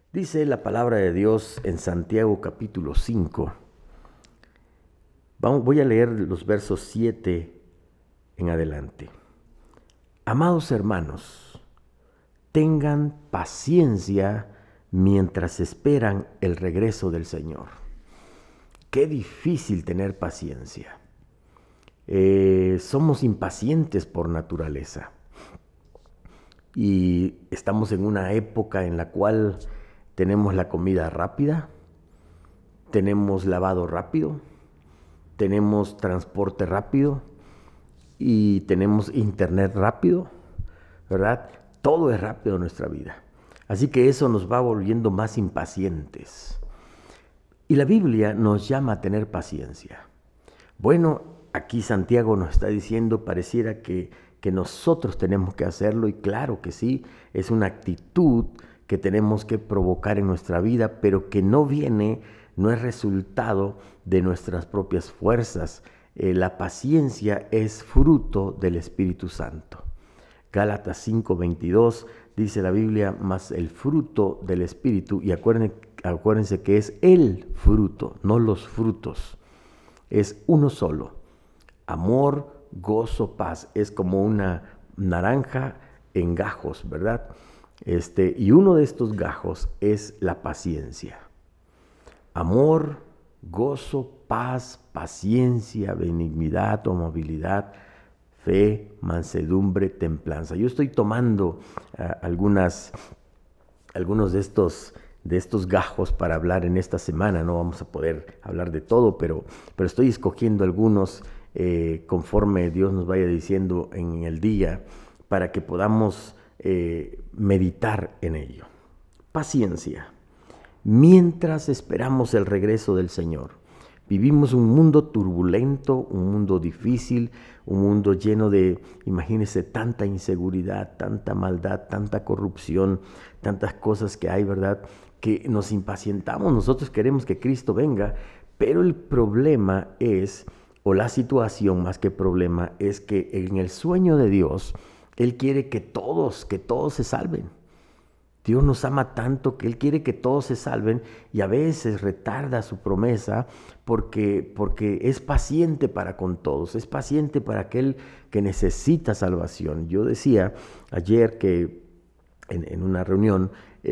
Dice la palabra de Dios en Santiago capítulo 5. Voy a leer los versos 7 en adelante. Amados hermanos, tengan paciencia mientras esperan el regreso del Señor. Qué difícil tener paciencia. Somos impacientes por naturaleza y estamos en una época en la cual tenemos la comida rápida, tenemos lavado rápido, tenemos transporte rápido y tenemos internet rápido, ¿verdad? Todo es rápido en nuestra vida. Así que eso nos va volviendo más impacientes. Y la Biblia nos llama a tener paciencia. Bueno, aquí Santiago nos está diciendo, pareciera que nosotros tenemos que hacerlo, y claro que sí, es una actitud que tenemos que provocar en nuestra vida, pero que no es resultado de nuestras propias fuerzas. La paciencia es fruto del Espíritu Santo. Gálatas 5:22 dice la Biblia, mas el fruto del Espíritu, y acuérdense que es el fruto, no los frutos, es uno solo: amor, gozo, paz. Es como una naranja en gajos, ¿verdad? Y uno de estos gajos es la paciencia. Amor, gozo, paz, paciencia, benignidad, amabilidad, fe, mansedumbre, templanza. Yo estoy tomando algunos de estos gajos para hablar en esta semana. No vamos a poder hablar de todo, pero estoy escogiendo algunos conforme Dios nos vaya diciendo en el día, para que podamos meditar en ello. Paciencia. Mientras esperamos el regreso del Señor, vivimos un mundo turbulento, un mundo difícil, un mundo lleno de, imagínense, tanta inseguridad, tanta maldad, tanta corrupción, tantas cosas que hay, ¿verdad? Que nos impacientamos. Nosotros queremos que Cristo venga, pero el problema es, o la situación más que problema, es que en el sueño de Dios, Él quiere que todos se salven. Dios nos ama tanto que Él quiere que todos se salven, y a veces retarda su promesa porque es paciente para con todos, es paciente para aquel que necesita salvación. Yo decía ayer que en una reunión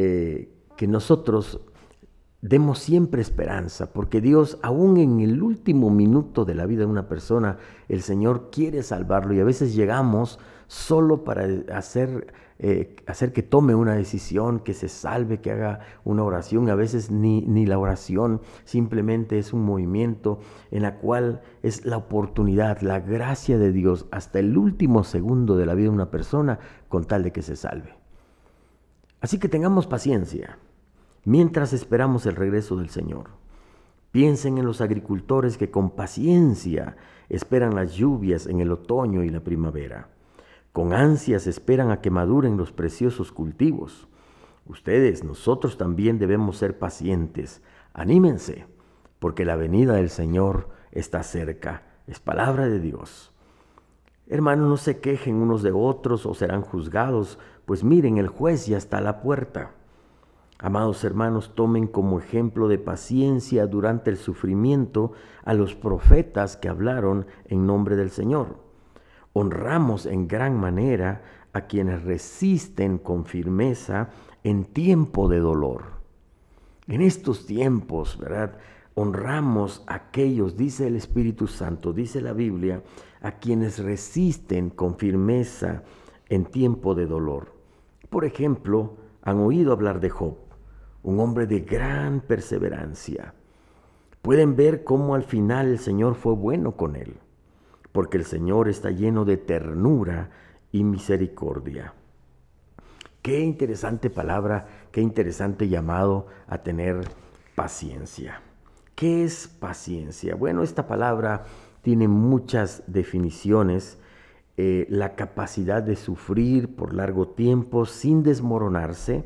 que nosotros demos siempre esperanza, porque Dios, aún en el último minuto de la vida de una persona, el Señor quiere salvarlo, y a veces llegamos solo para hacer que tome una decisión, que se salve, que haga una oración. A veces ni la oración, simplemente es un movimiento en la cual es la oportunidad, la gracia de Dios hasta el último segundo de la vida de una persona, con tal de que se salve. Así que tengamos paciencia mientras esperamos el regreso del Señor. Piensen en los agricultores que con paciencia esperan las lluvias en el otoño y la primavera. Con ansias esperan a que maduren los preciosos cultivos. Nosotros también debemos ser pacientes. Anímense, porque la venida del Señor está cerca. Es palabra de Dios. Hermanos, no se quejen unos de otros o serán juzgados, pues miren, el juez ya está a la puerta. Amados hermanos, tomen como ejemplo de paciencia durante el sufrimiento a los profetas que hablaron en nombre del Señor. Honramos en gran manera a quienes resisten con firmeza en tiempo de dolor. En estos tiempos, ¿verdad? Honramos a aquellos, dice el Espíritu Santo, dice la Biblia, a quienes resisten con firmeza en tiempo de dolor. Por ejemplo, han oído hablar de Job, un hombre de gran perseverancia. Pueden ver cómo al final el Señor fue bueno con él, porque el Señor está lleno de ternura y misericordia. Qué interesante palabra, qué interesante llamado a tener paciencia. ¿Qué es paciencia? Bueno, esta palabra tiene muchas definiciones. La capacidad de sufrir por largo tiempo sin desmoronarse.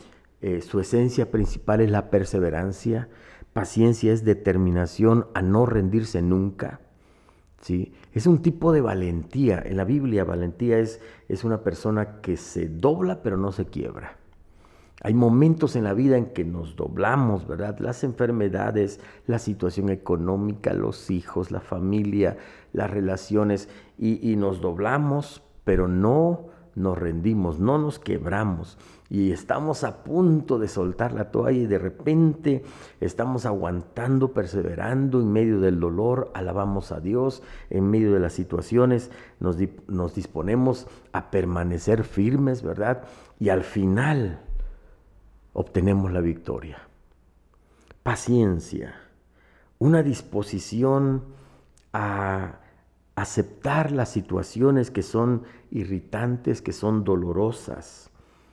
Su esencia principal es la perseverancia. Paciencia es determinación a no rendirse nunca. ¿Sí? Es un tipo de valentía. En la Biblia, valentía es una persona que se dobla pero no se quiebra. Hay momentos en la vida en que nos doblamos, ¿verdad? Las enfermedades, la situación económica, los hijos, la familia, las relaciones, y nos doblamos, pero no nos rendimos, no nos quebramos. Y estamos a punto de soltar la toalla y de repente estamos aguantando, perseverando en medio del dolor, alabamos a Dios, en medio de las situaciones nos disponemos a permanecer firmes, ¿verdad? Y al final obtenemos la victoria. Paciencia, una disposición a aceptar las situaciones que son irritantes, que son dolorosas.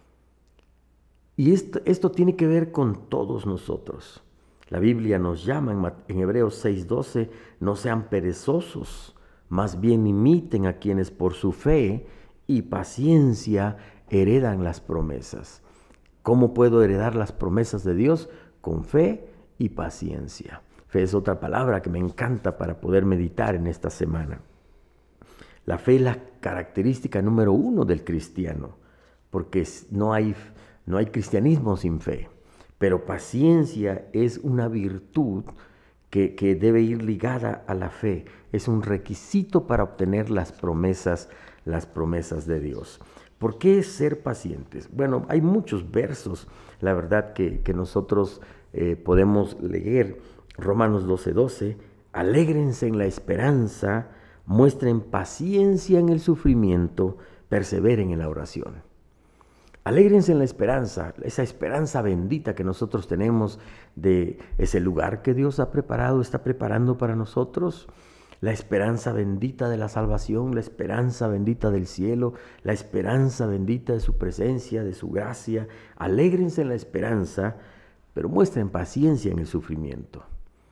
Y esto tiene que ver con todos nosotros. La Biblia nos llama en Hebreos 6:12, no sean perezosos, más bien imiten a quienes por su fe y paciencia heredan las promesas. ¿Cómo puedo heredar las promesas de Dios? Con fe y paciencia. Fe es otra palabra que me encanta para poder meditar en esta semana. La fe es la característica número 1 del cristiano, porque no hay cristianismo sin fe, pero paciencia es una virtud que debe ir ligada a la fe, es un requisito para obtener las promesas de Dios. ¿Por qué ser pacientes? Bueno, hay muchos versos, la verdad, que nosotros podemos leer. Romanos 12:12, alégrense en la esperanza, muestren paciencia en el sufrimiento, perseveren en la oración. Alégrense en la esperanza, esa esperanza bendita que nosotros tenemos de ese lugar que Dios ha preparado, está preparando para nosotros. La esperanza bendita de la salvación, la esperanza bendita del cielo, la esperanza bendita de su presencia, de su gracia. Alégrense en la esperanza, pero muestren paciencia en el sufrimiento.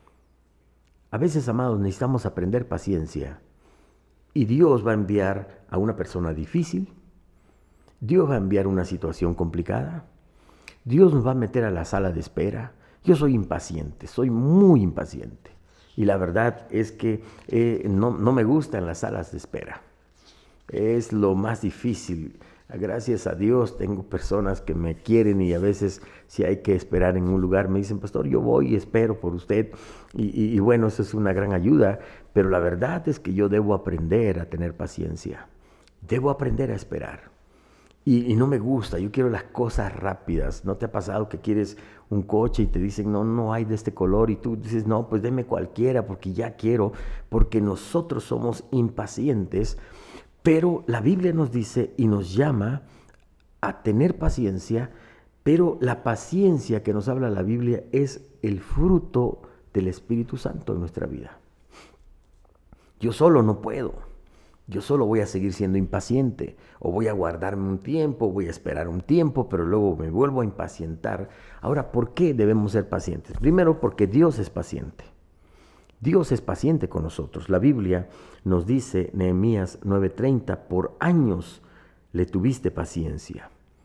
A veces, amados, necesitamos aprender paciencia. Y Dios va a enviar a una persona difícil. Dios va a enviar una situación complicada. Dios nos va a meter a la sala de espera. Yo soy impaciente, soy muy impaciente. Y la verdad es que no me gustan las salas de espera. Es lo más difícil. Gracias a Dios tengo personas que me quieren y a veces si hay que esperar en un lugar me dicen, pastor, yo voy y espero por usted. Y bueno, eso es una gran ayuda. Pero la verdad es que yo debo aprender a tener paciencia. Debo aprender a esperar. Y no me gusta, yo quiero las cosas rápidas. ¿No te ha pasado que quieres un coche y te dicen, no hay de este color? Y tú dices, no, pues deme cualquiera porque ya quiero, porque nosotros somos impacientes. Pero la Biblia nos dice y nos llama a tener paciencia, pero la paciencia que nos habla la Biblia es el fruto del Espíritu Santo en nuestra vida. Yo solo no puedo. Yo solo voy a seguir siendo impaciente, o voy a guardarme un tiempo, voy a esperar un tiempo, pero luego me vuelvo a impacientar. Ahora, ¿por qué debemos ser pacientes? Primero, porque Dios es paciente. Dios es paciente con nosotros. La Biblia nos dice, Nehemías 9:30, por años le tuviste paciencia.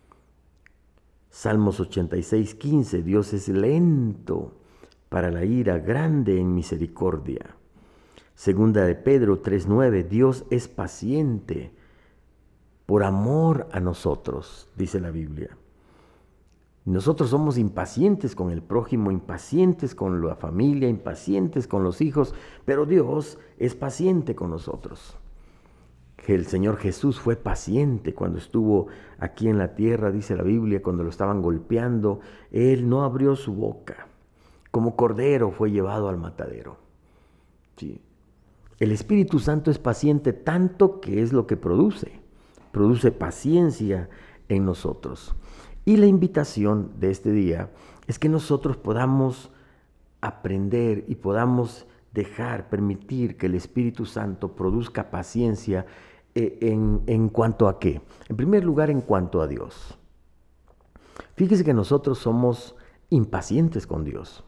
Salmos 86:15, Dios es lento para la ira, grande en misericordia. Segunda de Pedro 3:9, Dios es paciente por amor a nosotros, dice la Biblia. Nosotros somos impacientes con el prójimo, impacientes con la familia, impacientes con los hijos, pero Dios es paciente con nosotros. El Señor Jesús fue paciente cuando estuvo aquí en la tierra, dice la Biblia, cuando lo estaban golpeando. Él no abrió su boca. Como cordero fue llevado al matadero. Sí. El Espíritu Santo es paciente tanto que es lo que produce paciencia en nosotros. Y la invitación de este día es que nosotros podamos aprender y podamos permitir que el Espíritu Santo produzca paciencia en cuanto a qué. En primer lugar, en cuanto a Dios. Fíjese que nosotros somos impacientes con Dios.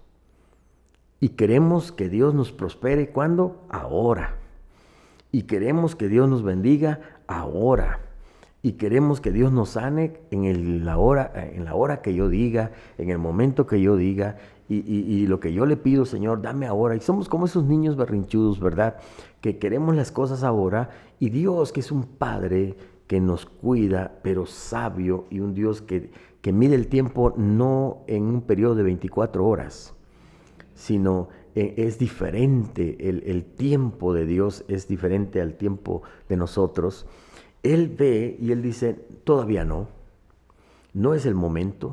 Y queremos que Dios nos prospere, ¿cuándo? Ahora. Y queremos que Dios nos bendiga ahora. Y queremos que Dios nos sane en la hora que yo diga, en el momento que yo diga. Y lo que yo le pido, Señor, dame ahora. Y somos como esos niños berrinchudos, ¿verdad? Que queremos las cosas ahora. Y Dios, que es un Padre que nos cuida, pero sabio, y un Dios que que mide el tiempo no en un periodo de 24 horas, sino es diferente, el tiempo de Dios es diferente al tiempo de nosotros. Él ve y Él dice, todavía no es el momento.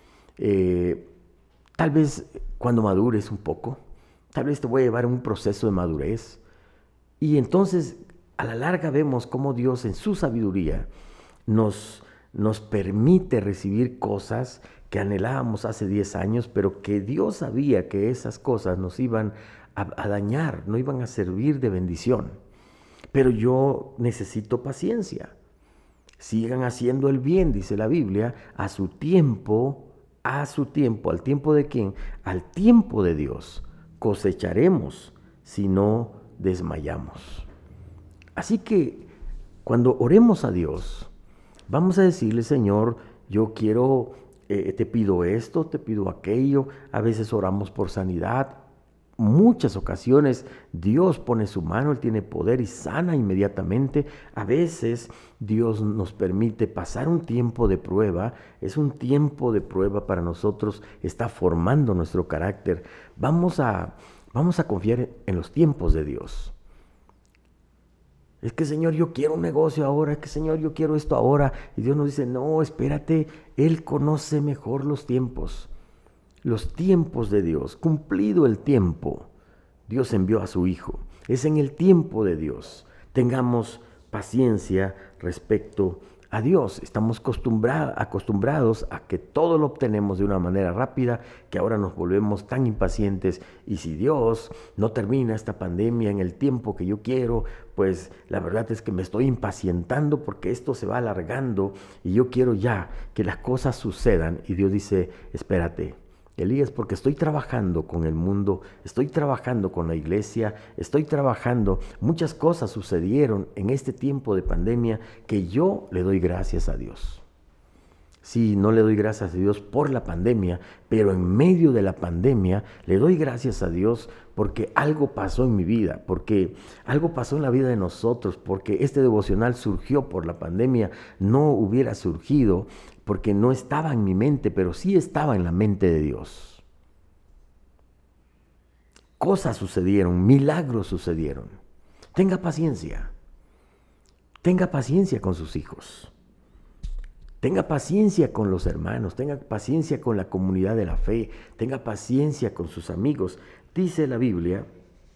Tal vez cuando madures un poco, tal vez te voy a llevar a un proceso de madurez. Y entonces a la larga vemos cómo Dios en su sabiduría nos permite recibir cosas que anhelábamos hace 10 años, pero que Dios sabía que esas cosas nos iban a dañar, no iban a servir de bendición. Pero yo necesito paciencia. Sigan haciendo el bien, dice la Biblia, a su tiempo, ¿al tiempo de quién? Al tiempo de Dios. Cosecharemos si no desmayamos. Así que cuando oremos a Dios, vamos a decirle, Señor, yo quiero, te pido esto, te pido aquello. A veces oramos por sanidad. Muchas ocasiones Dios pone su mano, Él tiene poder y sana inmediatamente. A veces Dios nos permite pasar un tiempo de prueba. Es un tiempo de prueba para nosotros, está formando nuestro carácter. Vamos a confiar en los tiempos de Dios. Es que, Señor, yo quiero un negocio ahora, es que, Señor, yo quiero esto ahora. Y Dios nos dice, no, espérate, Él conoce mejor los tiempos de Dios. Cumplido el tiempo, Dios envió a su Hijo. Es en el tiempo de Dios. Tengamos paciencia respecto a Dios. Estamos acostumbrados a que todo lo obtenemos de una manera rápida, que ahora nos volvemos tan impacientes. Y si Dios no termina esta pandemia en el tiempo que yo quiero, pues la verdad es que me estoy impacientando porque esto se va alargando y yo quiero ya que las cosas sucedan. Y Dios dice, espérate, Elías, porque estoy trabajando con el mundo, estoy trabajando con la iglesia, muchas cosas sucedieron en este tiempo de pandemia que yo le doy gracias a Dios. Sí, no le doy gracias a Dios por la pandemia, pero en medio de la pandemia le doy gracias a Dios porque algo pasó en mi vida, porque algo pasó en la vida de nosotros, porque este devocional surgió por la pandemia, no hubiera surgido porque no estaba en mi mente, pero sí estaba en la mente de Dios. Cosas sucedieron, milagros sucedieron. Tenga paciencia con sus hijos. Tenga paciencia con los hermanos, tenga paciencia con la comunidad de la fe, tenga paciencia con sus amigos. Dice la Biblia,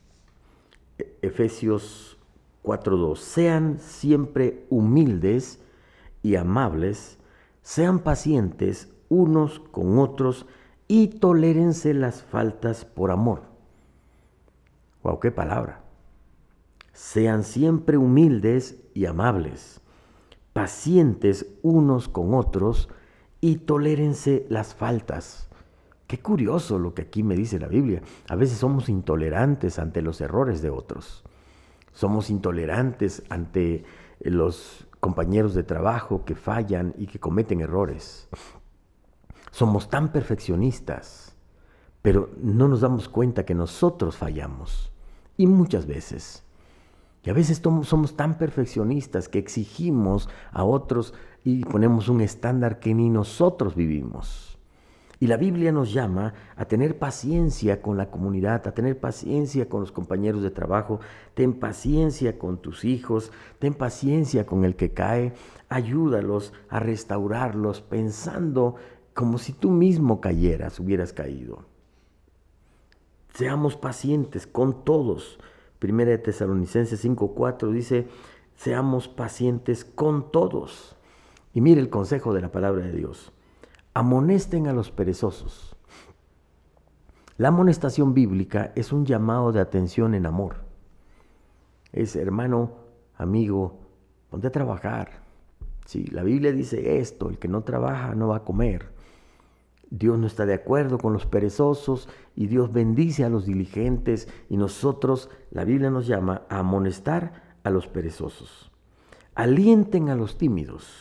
Efesios 4:2, sean siempre humildes y amables, sean pacientes unos con otros y tolérense las faltas por amor. ¡Wow! ¡Qué palabra! Sean siempre humildes y amables, pacientes unos con otros y tolérense las faltas. Qué curioso lo que aquí me dice la Biblia. A veces somos intolerantes ante los errores de otros. Somos intolerantes ante los compañeros de trabajo que fallan y que cometen errores. Somos tan perfeccionistas, pero no nos damos cuenta que nosotros fallamos. Y muchas veces. Y a veces somos tan perfeccionistas que exigimos a otros y ponemos un estándar que ni nosotros vivimos. Y la Biblia nos llama a tener paciencia con la comunidad, a tener paciencia con los compañeros de trabajo. Ten paciencia con tus hijos, ten paciencia con el que cae. Ayúdalos a restaurarlos pensando como si tú mismo hubieras caído. Seamos pacientes con todos. Primera de Tesalonicenses 5:4 dice, seamos pacientes con todos. Y mire el consejo de la palabra de Dios. Amonesten a los perezosos. La amonestación bíblica es un llamado de atención en amor. Es, hermano, amigo, ponte a trabajar. Sí, la Biblia dice esto, el que no trabaja no va a comer. Dios no está de acuerdo con los perezosos y Dios bendice a los diligentes y nosotros, la Biblia nos llama a amonestar a los perezosos. Alienten a los tímidos.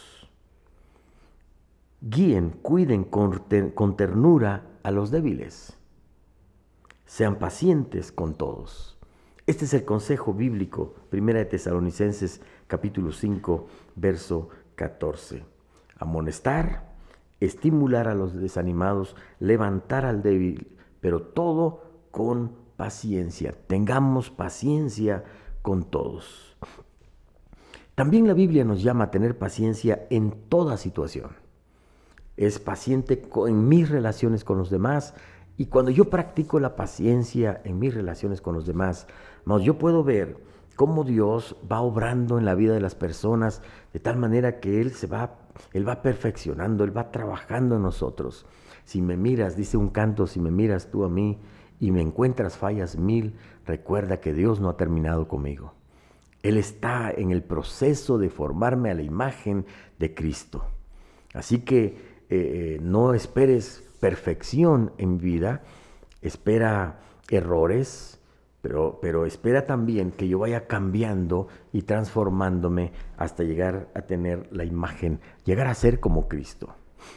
Guíen, cuiden con ternura a los débiles. Sean pacientes con todos. Este es el consejo bíblico, Primera de Tesalonicenses capítulo 5, verso 14. Amonestar, estimular a los desanimados, levantar al débil, pero todo con paciencia. Tengamos paciencia con todos. También la Biblia nos llama a tener paciencia en toda situación. Es paciente en mis relaciones con los demás, y cuando yo practico la paciencia en mis relaciones con los demás, yo puedo ver cómo Dios va obrando en la vida de las personas de tal manera que Él va perfeccionando, Él va trabajando en nosotros. Si me miras, dice un canto, si me miras tú a mí y me encuentras fallas 1000, recuerda que Dios no ha terminado conmigo. Él está en el proceso de formarme a la imagen de Cristo. Así que no esperes perfección en vida, espera errores, pero espera también que yo vaya cambiando y transformándome hasta llegar a tener la imagen, llegar a ser como Cristo.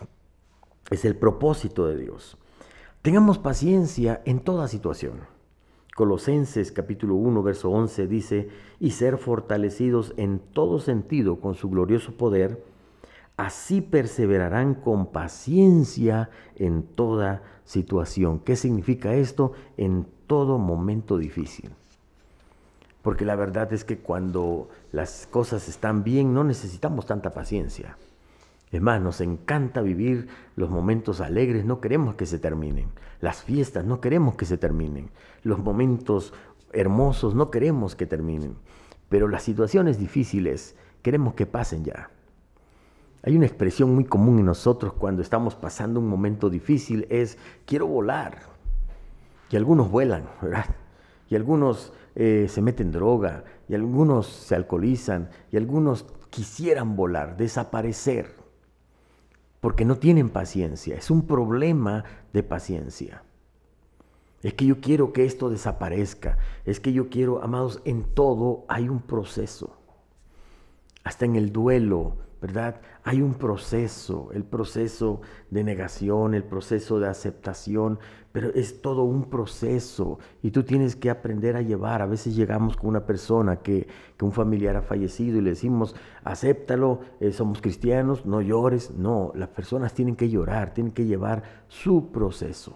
Es el propósito de Dios. Tengamos paciencia en toda situación. Colosenses capítulo 1, verso 11 dice, y ser fortalecidos en todo sentido con su glorioso poder, así perseverarán con paciencia en toda situación. ¿Qué significa esto? En todo momento difícil. Porque la verdad es que cuando las cosas están bien no necesitamos tanta paciencia. Es más, nos encanta vivir los momentos alegres, no queremos que se terminen. Las fiestas, no queremos que se terminen. Los momentos hermosos, no queremos que terminen. Pero las situaciones difíciles, queremos que pasen ya. Hay una expresión muy común en nosotros cuando estamos pasando un momento difícil, es quiero volar. Y algunos vuelan, ¿verdad? Y algunos se meten droga, y algunos se alcoholizan, y algunos quisieran volar, desaparecer, porque no tienen paciencia. Es un problema de paciencia. Es que yo quiero que esto desaparezca. Es que yo quiero, amados, en todo hay un proceso. Hasta en el duelo, ¿verdad? Hay un proceso, el proceso de negación, el proceso de aceptación, pero es todo un proceso y tú tienes que aprender a llevar. A veces llegamos con una persona que un familiar ha fallecido y le decimos, acéptalo, somos cristianos, no llores. No, las personas tienen que llorar, tienen que llevar su proceso.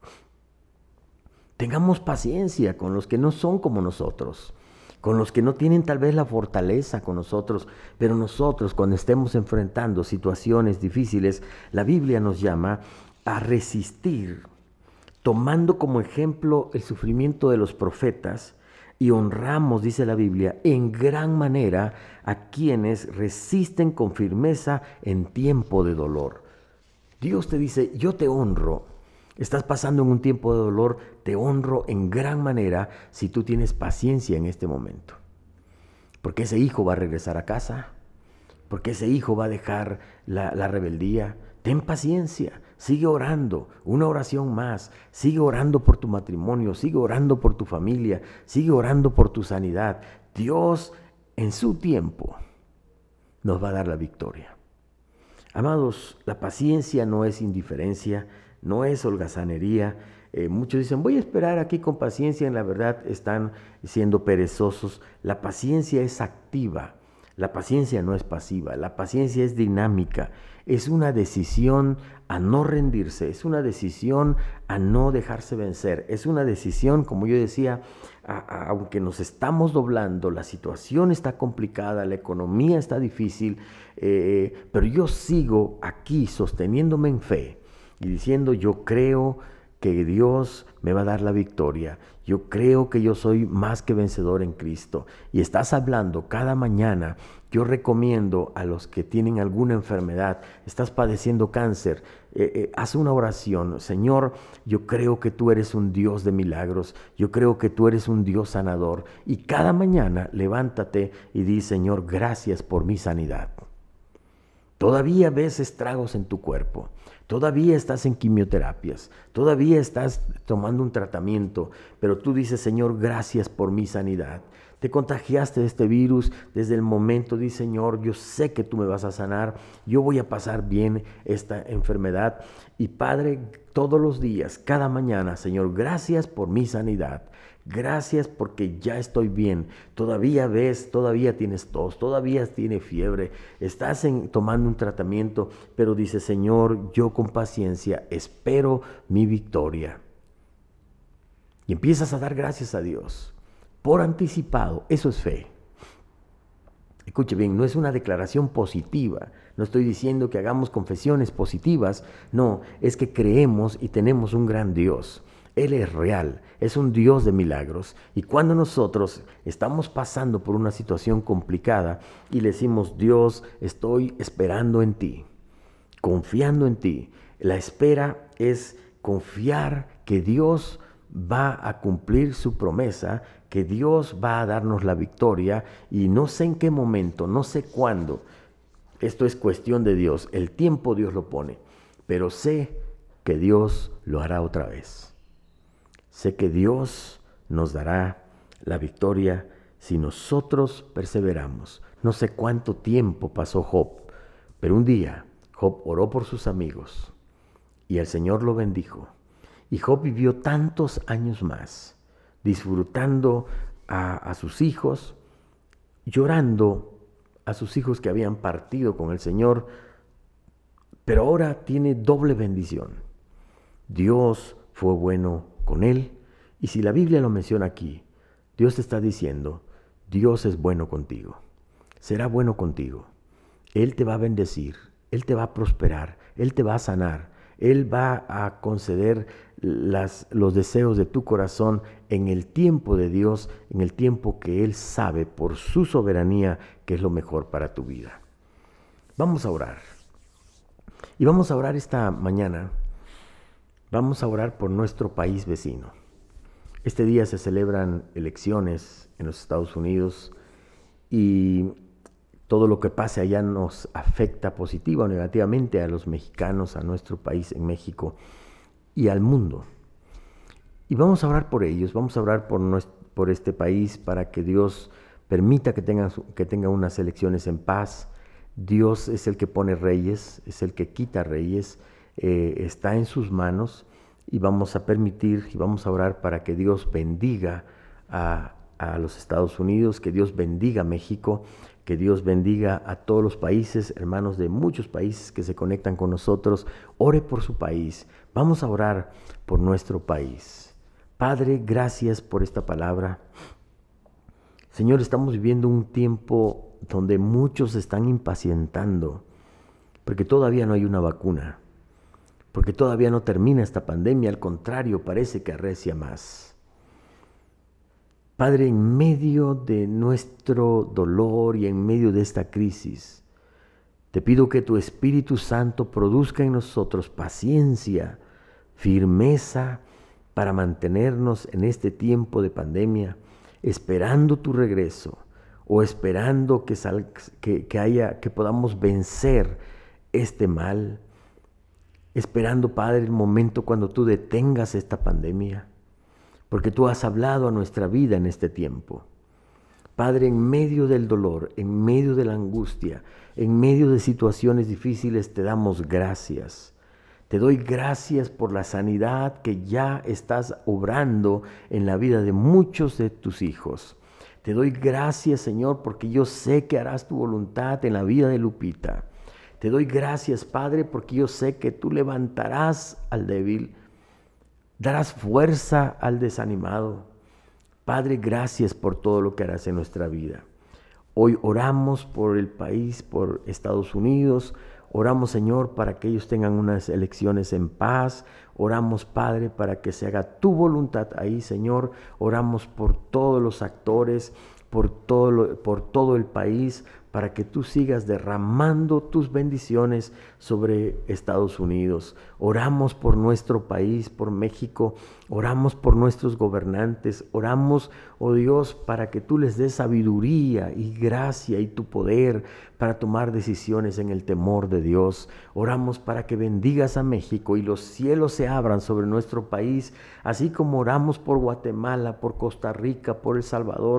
Tengamos paciencia con los que no son como nosotros, con los que no tienen tal vez la fortaleza con nosotros, pero nosotros cuando estemos enfrentando situaciones difíciles, la Biblia nos llama a resistir, tomando como ejemplo el sufrimiento de los profetas, y honramos, dice la Biblia, en gran manera a quienes resisten con firmeza en tiempo de dolor. Dios te dice, yo te honro. Estás pasando en un tiempo de dolor, te honro en gran manera si tú tienes paciencia en este momento. Porque ese hijo va a regresar a casa, porque ese hijo va a dejar la rebeldía. Ten paciencia, sigue orando, una oración más, sigue orando por tu matrimonio, sigue orando por tu familia, sigue orando por tu sanidad. Dios en su tiempo nos va a dar la victoria. Amados, la paciencia no es indiferencia, no es holgazanería. Muchos dicen, voy a esperar aquí con paciencia, en la verdad están siendo perezosos. La paciencia es activa, la paciencia no es pasiva, la paciencia es dinámica, es una decisión a no rendirse, es una decisión a no dejarse vencer, es una decisión, como yo decía, aunque nos estamos doblando, la situación está complicada, la economía está difícil, pero yo sigo aquí sosteniéndome en fe y diciendo, yo creo que Dios me va a dar la victoria. Yo creo que yo soy más que vencedor en Cristo. Y estás hablando cada mañana. Yo recomiendo a los que tienen alguna enfermedad, estás padeciendo cáncer, haz una oración. Señor, yo creo que tú eres un Dios de milagros. Yo creo que tú eres un Dios sanador. Y cada mañana levántate y di, Señor, gracias por mi sanidad. Todavía ves estragos en tu cuerpo, todavía estás en quimioterapias, todavía estás tomando un tratamiento, pero tú dices, Señor, gracias por mi sanidad. te contagiaste de este virus, desde el momento, di Señor, yo sé que tú me vas a sanar, yo voy a pasar bien esta enfermedad. Y Padre, todos los días, cada mañana, Señor, gracias por mi sanidad. Gracias porque ya estoy bien. Todavía ves, todavía tienes tos, todavía tienes fiebre, estás tomando un tratamiento, pero dice, Señor, yo con paciencia espero mi victoria. Y empiezas a dar gracias a Dios por anticipado. Eso es fe. Escuche bien, no es una declaración positiva. No estoy diciendo que hagamos confesiones positivas. No, es que creemos y tenemos un gran Dios. Él es real, es un Dios de milagros. Y cuando nosotros estamos pasando por una situación complicada y le decimos, Dios, estoy esperando en ti, confiando en ti. La espera es confiar que Dios va a cumplir su promesa, que Dios va a darnos la victoria y no sé en qué momento, no sé cuándo. Esto es cuestión de Dios, el tiempo Dios lo pone, pero sé que Dios lo hará otra vez. Sé que Dios nos dará la victoria si nosotros perseveramos. No sé cuánto tiempo pasó Job, pero un día Job oró por sus amigos y el Señor lo bendijo. Y Job vivió tantos años más, disfrutando a sus hijos, llorando a sus hijos que habían partido con el Señor, pero ahora tiene doble bendición. Dios fue bueno con él, y si la Biblia lo menciona aquí, Dios te está diciendo, Dios es bueno contigo, será bueno contigo, Él te va a bendecir, Él te va a prosperar, Él te va a sanar, Él va a conceder los deseos de tu corazón en el tiempo de Dios, en el tiempo que Él sabe por su soberanía que es lo mejor para tu vida. Vamos a orar. Y vamos a orar esta mañana. Vamos a orar por nuestro país vecino. Este día se celebran elecciones en los Estados Unidos y todo lo que pase allá nos afecta positiva o negativamente a los mexicanos, a nuestro país en México y al mundo. Y vamos a orar por ellos, vamos a orar por este país para que Dios permita que tenga unas elecciones en paz. Dios es el que pone reyes, es el que quita reyes, está en sus manos y vamos a permitir y vamos a orar para que Dios bendiga a los Estados Unidos, que Dios bendiga a México, que Dios bendiga a todos los países, hermanos de muchos países que se conectan con nosotros. Ore por su país, vamos a orar por nuestro país. Padre, gracias por esta palabra. Señor, estamos viviendo un tiempo donde muchos se están impacientando porque todavía no hay una vacuna, porque todavía no termina esta pandemia, al contrario, parece que arrecia más. Padre, en medio de nuestro dolor y en medio de esta crisis, te pido que tu Espíritu Santo produzca en nosotros paciencia, firmeza para mantenernos en este tiempo de pandemia, esperando tu regreso o esperando que podamos vencer este mal, esperando, Padre, el momento cuando tú detengas esta pandemia, porque tú has hablado a nuestra vida en este tiempo. Padre, en medio del dolor, en medio de la angustia, en medio de situaciones difíciles, te damos gracias. Te doy gracias por la sanidad que ya estás obrando en la vida de muchos de tus hijos. Te doy gracias, Señor, porque yo sé que harás tu voluntad en la vida de Lupita. Te doy gracias, Padre, porque yo sé que tú levantarás al débil, darás fuerza al desanimado. Padre, gracias por todo lo que harás en nuestra vida. Hoy oramos por el país, por Estados Unidos. Oramos, Señor, para que ellos tengan unas elecciones en paz. Oramos, Padre, para que se haga tu voluntad ahí, Señor. Oramos por todos los actores, por todo el país, para que tú sigas derramando tus bendiciones sobre Estados Unidos. Oramos por nuestro país, por México. Oramos por nuestros gobernantes. Oramos, oh Dios, para que tú les des sabiduría y gracia y tu poder para tomar decisiones en el temor de Dios. Oramos para que bendigas a México y los cielos se abran sobre nuestro país, así como oramos por Guatemala, por Costa Rica, por El Salvador,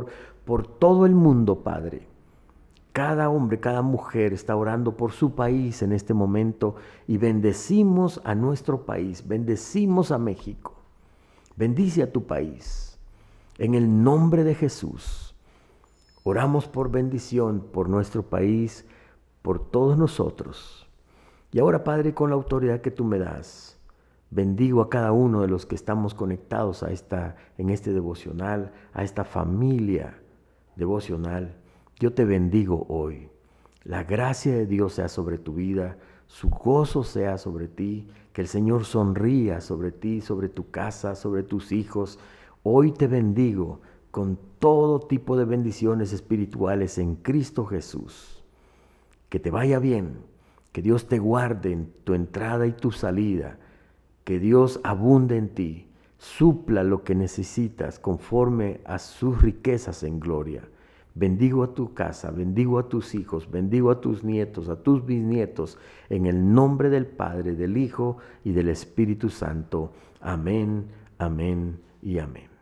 por todo el mundo, Padre. Cada hombre, cada mujer está orando por su país en este momento y bendecimos a nuestro país, bendecimos a México. Bendice a tu país. En el nombre de Jesús, oramos por bendición por nuestro país, por todos nosotros. Y ahora, Padre, con la autoridad que tú me das, bendigo a cada uno de los que estamos conectados en este devocional, a esta familia devocional. Yo te bendigo hoy. La gracia de Dios sea sobre tu vida, su gozo sea sobre ti, que el Señor sonría sobre ti, sobre tu casa, sobre tus hijos. Hoy te bendigo con todo tipo de bendiciones espirituales en Cristo Jesús. Que te vaya bien, que Dios te guarde en tu entrada y tu salida, que Dios abunde en ti, supla lo que necesitas conforme a sus riquezas en gloria. Bendigo a tu casa, bendigo a tus hijos, bendigo a tus nietos, a tus bisnietos, en el nombre del Padre, del Hijo y del Espíritu Santo. Amén, amén y amén.